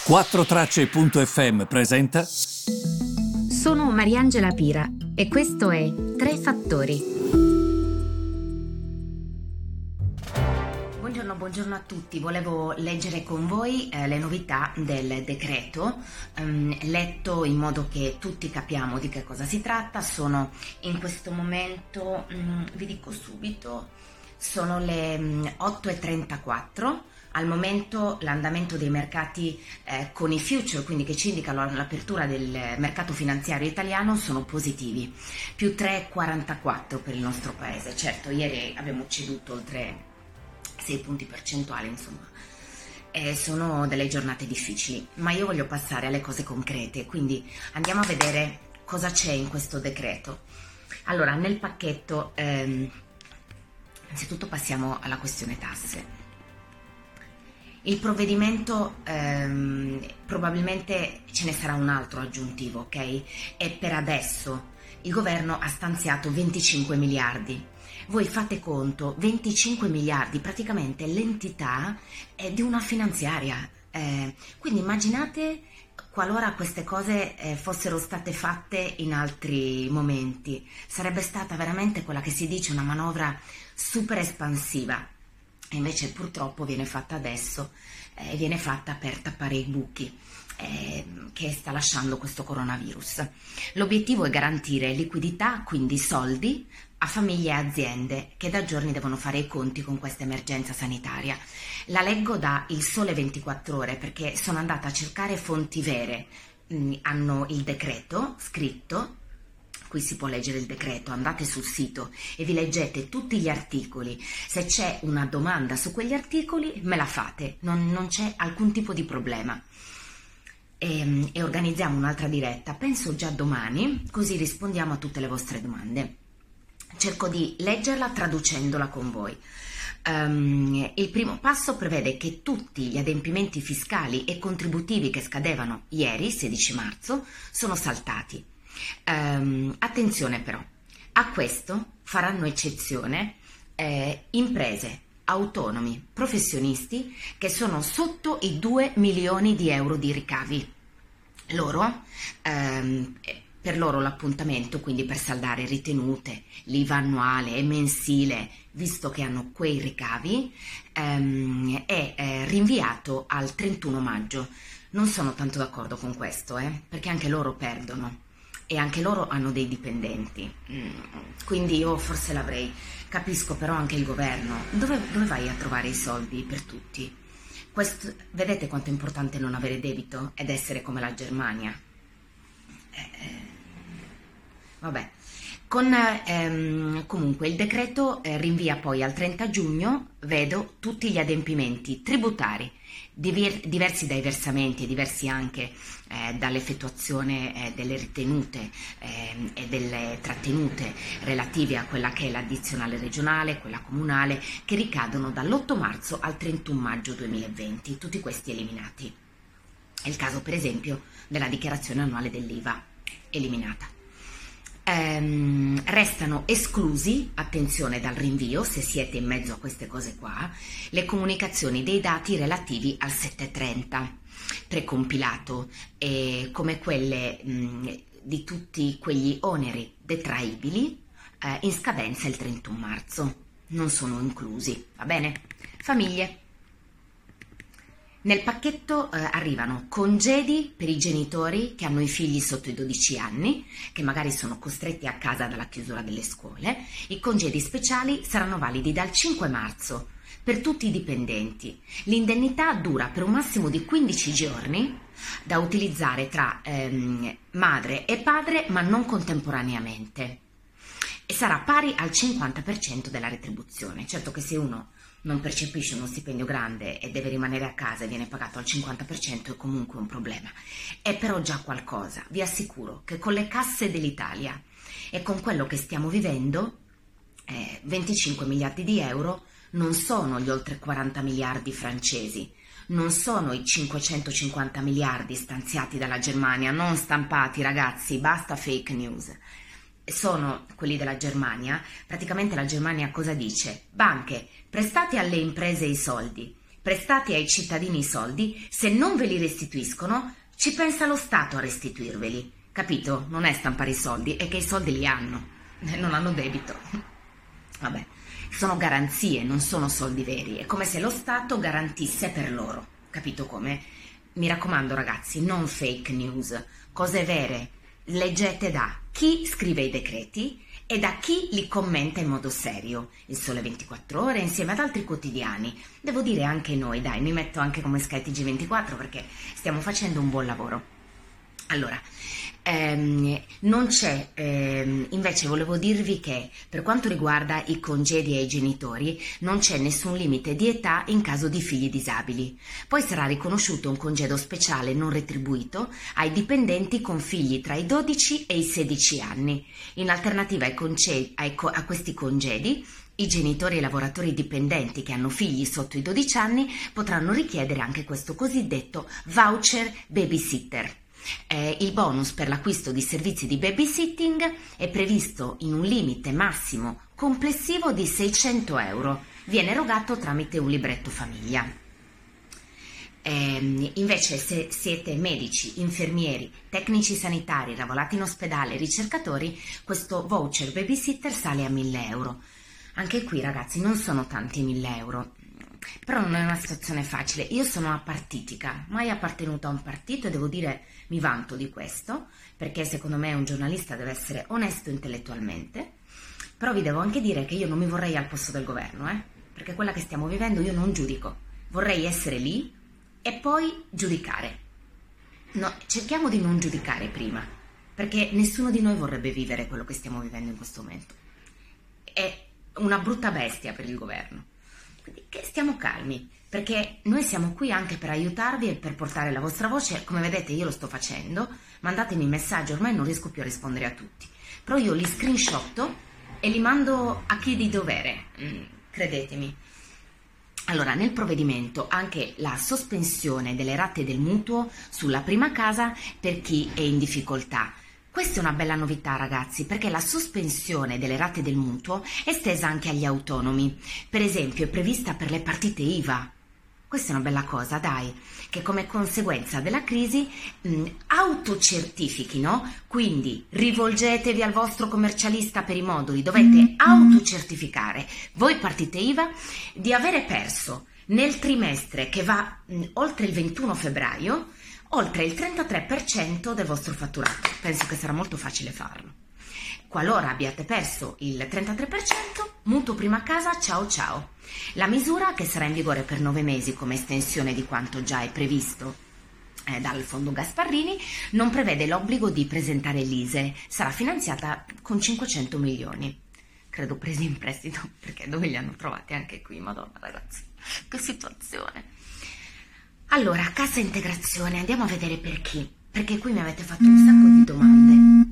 4Tracce.fm presenta. Sono Mariangela Pira e questo è Tre Fattori. Buongiorno a tutti. Volevo leggere con voi le novità del decreto, letto in modo che tutti capiamo di che cosa si tratta. Sono in questo momento, vi dico subito, sono le 8:34. Al momento l'andamento dei mercati con i future, quindi che ci indicano l'apertura del mercato finanziario italiano, sono positivi, più 3,44 per il nostro paese. Certo, ieri abbiamo ceduto oltre 6 punti percentuali, insomma. Sono delle giornate difficili, ma io voglio passare alle cose concrete, quindi andiamo a vedere cosa c'è in questo decreto. Allora, nel pacchetto, innanzitutto passiamo alla questione tasse. Il provvedimento, probabilmente ce ne sarà un altro aggiuntivo, ok? E per adesso il governo ha stanziato 25 miliardi. Voi fate conto, 25 miliardi, praticamente l'entità è di una finanziaria. Quindi immaginate qualora queste cose fossero state fatte in altri momenti. Sarebbe stata veramente quella che si dice una manovra super espansiva. Invece purtroppo viene fatta adesso e viene fatta per tappare i buchi che sta lasciando questo coronavirus. L'obiettivo è garantire liquidità, quindi soldi, a famiglie e aziende che da giorni devono fare i conti con questa emergenza sanitaria. La leggo da Il Sole 24 Ore perché sono andata a cercare fonti vere. Hanno il decreto scritto. Qui si può leggere il decreto, andate sul sito e vi leggete tutti gli articoli. Se c'è una domanda su quegli articoli me la fate, non c'è alcun tipo di problema. E organizziamo un'altra diretta, penso già domani, così rispondiamo a tutte le vostre domande. Cerco di leggerla traducendola con voi. Il primo passo prevede che tutti gli adempimenti fiscali e contributivi che scadevano ieri, 16 marzo, sono saltati. Attenzione però, a questo faranno eccezione imprese, autonomi, professionisti che sono sotto i 2 milioni di euro di ricavi. Per loro l'appuntamento, quindi per saldare ritenute, l'IVA annuale e mensile, visto che hanno quei ricavi, è rinviato al 31 maggio. Non sono tanto d'accordo con questo, perché anche loro perdono. E anche loro hanno dei dipendenti, quindi io forse l'avrei, capisco però anche il governo, dove vai a trovare i soldi per tutti? Vedete quanto è importante non avere debito ed essere come la Germania? Vabbè, comunque il decreto rinvia poi al 30 giugno, vedo, tutti gli adempimenti tributari, diversi dai versamenti e diversi anche dall'effettuazione delle ritenute e delle trattenute relative a quella che è l'addizionale regionale, quella comunale, che ricadono dall'8 marzo al 31 maggio 2020, tutti questi eliminati. È il caso per esempio della dichiarazione annuale dell'IVA, eliminata. Restano esclusi, attenzione dal rinvio, se siete in mezzo a queste cose qua, le comunicazioni dei dati relativi al 730 precompilato, come quelle di tutti quegli oneri detraibili in scadenza il 31 marzo. Non sono inclusi, va bene? Famiglie. Nel pacchetto arrivano congedi per i genitori che hanno i figli sotto i 12 anni, che magari sono costretti a casa dalla chiusura delle scuole. I congedi speciali saranno validi dal 5 marzo per tutti i dipendenti. L'indennità dura per un massimo di 15 giorni da utilizzare tra madre e padre, ma non contemporaneamente. E sarà pari al 50% della retribuzione. Certo che se uno non percepisce uno stipendio grande e deve rimanere a casa e viene pagato al 50% è comunque un problema. È però già qualcosa. Vi assicuro che con le casse dell'Italia e con quello che stiamo vivendo, 25 miliardi di euro non sono gli oltre 40 miliardi francesi, non sono i 550 miliardi stanziati dalla Germania, non stampati ragazzi, basta fake news. Sono quelli della Germania. Praticamente la Germania cosa dice? Banche, prestate alle imprese i soldi, prestate ai cittadini i soldi, se non ve li restituiscono, ci pensa lo Stato a restituirveli. Capito? Non è stampare i soldi, è che i soldi li hanno, non hanno debito. Vabbè, sono garanzie, non sono soldi veri, è come se lo Stato garantisse per loro. Capito come? Mi raccomando ragazzi, non fake news, cose vere. Leggete da chi scrive i decreti e da chi li commenta in modo serio. Il Sole 24 Ore insieme ad altri quotidiani. Devo dire anche noi, dai, mi metto anche come SkyTG24 perché stiamo facendo un buon lavoro. Allora, non c'è, invece volevo dirvi che per quanto riguarda i congedi ai genitori non c'è nessun limite di età in caso di figli disabili. Poi sarà riconosciuto un congedo speciale non retribuito ai dipendenti con figli tra i 12 e i 16 anni. In alternativa a questi congedi, i genitori e i lavoratori dipendenti che hanno figli sotto i 12 anni potranno richiedere anche questo cosiddetto voucher babysitter. Il bonus per l'acquisto di servizi di babysitting è previsto in un limite massimo complessivo di 600 euro. Viene erogato tramite un libretto famiglia. Invece se siete medici, infermieri, tecnici sanitari, lavorate in ospedale, ricercatori, questo voucher babysitter sale a 1.000 euro. Anche qui ragazzi non sono tanti 1.000 euro. Però non è una situazione facile. Io sono apartitica, mai appartenuta a un partito e devo dire mi vanto di questo, perché secondo me un giornalista deve essere onesto intellettualmente. Però vi devo anche dire che io non mi vorrei al posto del governo, perché quella che stiamo vivendo io non giudico. Vorrei essere lì e poi giudicare. No, cerchiamo di non giudicare prima, perché nessuno di noi vorrebbe vivere quello che stiamo vivendo in questo momento. È una brutta bestia per il governo. Quindi che stiamo calmi, perché noi siamo qui anche per aiutarvi e per portare la vostra voce. Come vedete io lo sto facendo, mandatemi messaggi, ormai non riesco più a rispondere a tutti, però io li screenshotto e li mando a chi di dovere, credetemi. Allora, nel provvedimento anche la sospensione delle rate del mutuo sulla prima casa per chi è in difficoltà. Questa è una bella novità ragazzi, perché la sospensione delle rate del mutuo è estesa anche agli autonomi. Per esempio è prevista per le partite IVA. Questa è una bella cosa, dai, che come conseguenza della crisi autocertifichino, quindi rivolgetevi al vostro commercialista per i moduli, dovete autocertificare, voi partite IVA, di avere perso nel trimestre che va oltre il 21 febbraio, oltre il 33% del vostro fatturato. Penso che sarà molto facile farlo. Qualora abbiate perso il 33%, mutuo prima casa, ciao ciao. La misura, che sarà in vigore per 9 mesi come estensione di quanto già è previsto dal fondo Gasparrini, non prevede l'obbligo di presentare l'ISEE, sarà finanziata con 500 milioni. Credo presi in prestito, perché dove li hanno trovati anche qui, madonna ragazzi, che situazione. Allora, cassa integrazione, andiamo a vedere per chi, perché qui mi avete fatto un sacco di domande.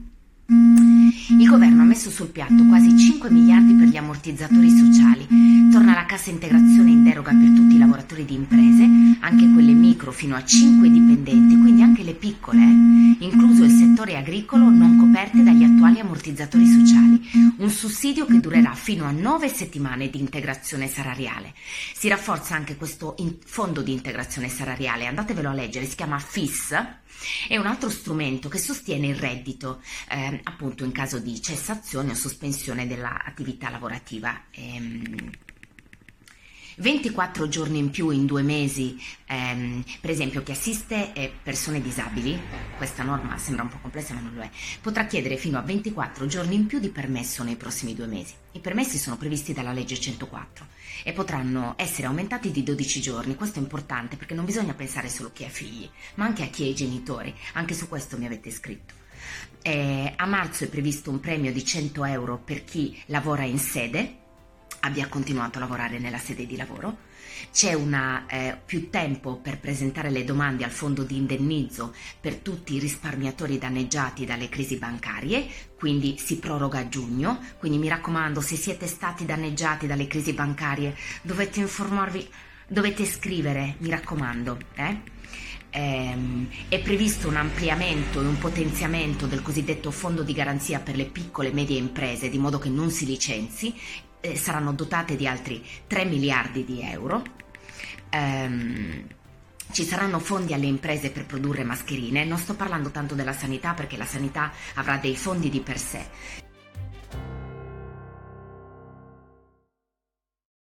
Il governo ha messo sul piatto quasi 5 miliardi per gli ammortizzatori sociali. Torna la cassa integrazione in deroga per tutti i lavoratori di imprese, anche quelle micro fino a 5 dipendenti, quindi anche le piccole, incluso il settore agricolo, non coperte dagli attuali ammortizzatori sociali. Un sussidio che durerà fino a 9 settimane di integrazione salariale. Si rafforza anche questo fondo di integrazione salariale, andatevelo a leggere, si chiama FIS. È un altro strumento che sostiene il reddito, appunto in caso di cessazione o sospensione dell'attività lavorativa. 24 giorni in più in 2 mesi, per esempio chi assiste persone disabili, questa norma sembra un po' complessa ma non lo è, potrà chiedere fino a 24 giorni in più di permesso nei prossimi 2 mesi. I permessi sono previsti dalla legge 104 e potranno essere aumentati di 12 giorni, questo è importante perché non bisogna pensare solo a chi ha figli, ma anche a chi è genitori, anche su questo mi avete scritto. A marzo è previsto un premio di 100 euro per chi lavora in sede, abbia continuato a lavorare nella sede di lavoro. C'è più tempo per presentare le domande al fondo di indennizzo per tutti i risparmiatori danneggiati dalle crisi bancarie, quindi si proroga a giugno, quindi mi raccomando, se siete stati danneggiati dalle crisi bancarie dovete informarvi, dovete scrivere, mi raccomando. È previsto un ampliamento e un potenziamento del cosiddetto fondo di garanzia per le piccole e medie imprese, di modo che non si licenzi. Saranno dotate di altri 3 miliardi di euro. ehm, ci saranno fondi alle imprese per produrre mascherine, non sto parlando tanto della sanità perché la sanità avrà dei fondi di per sé,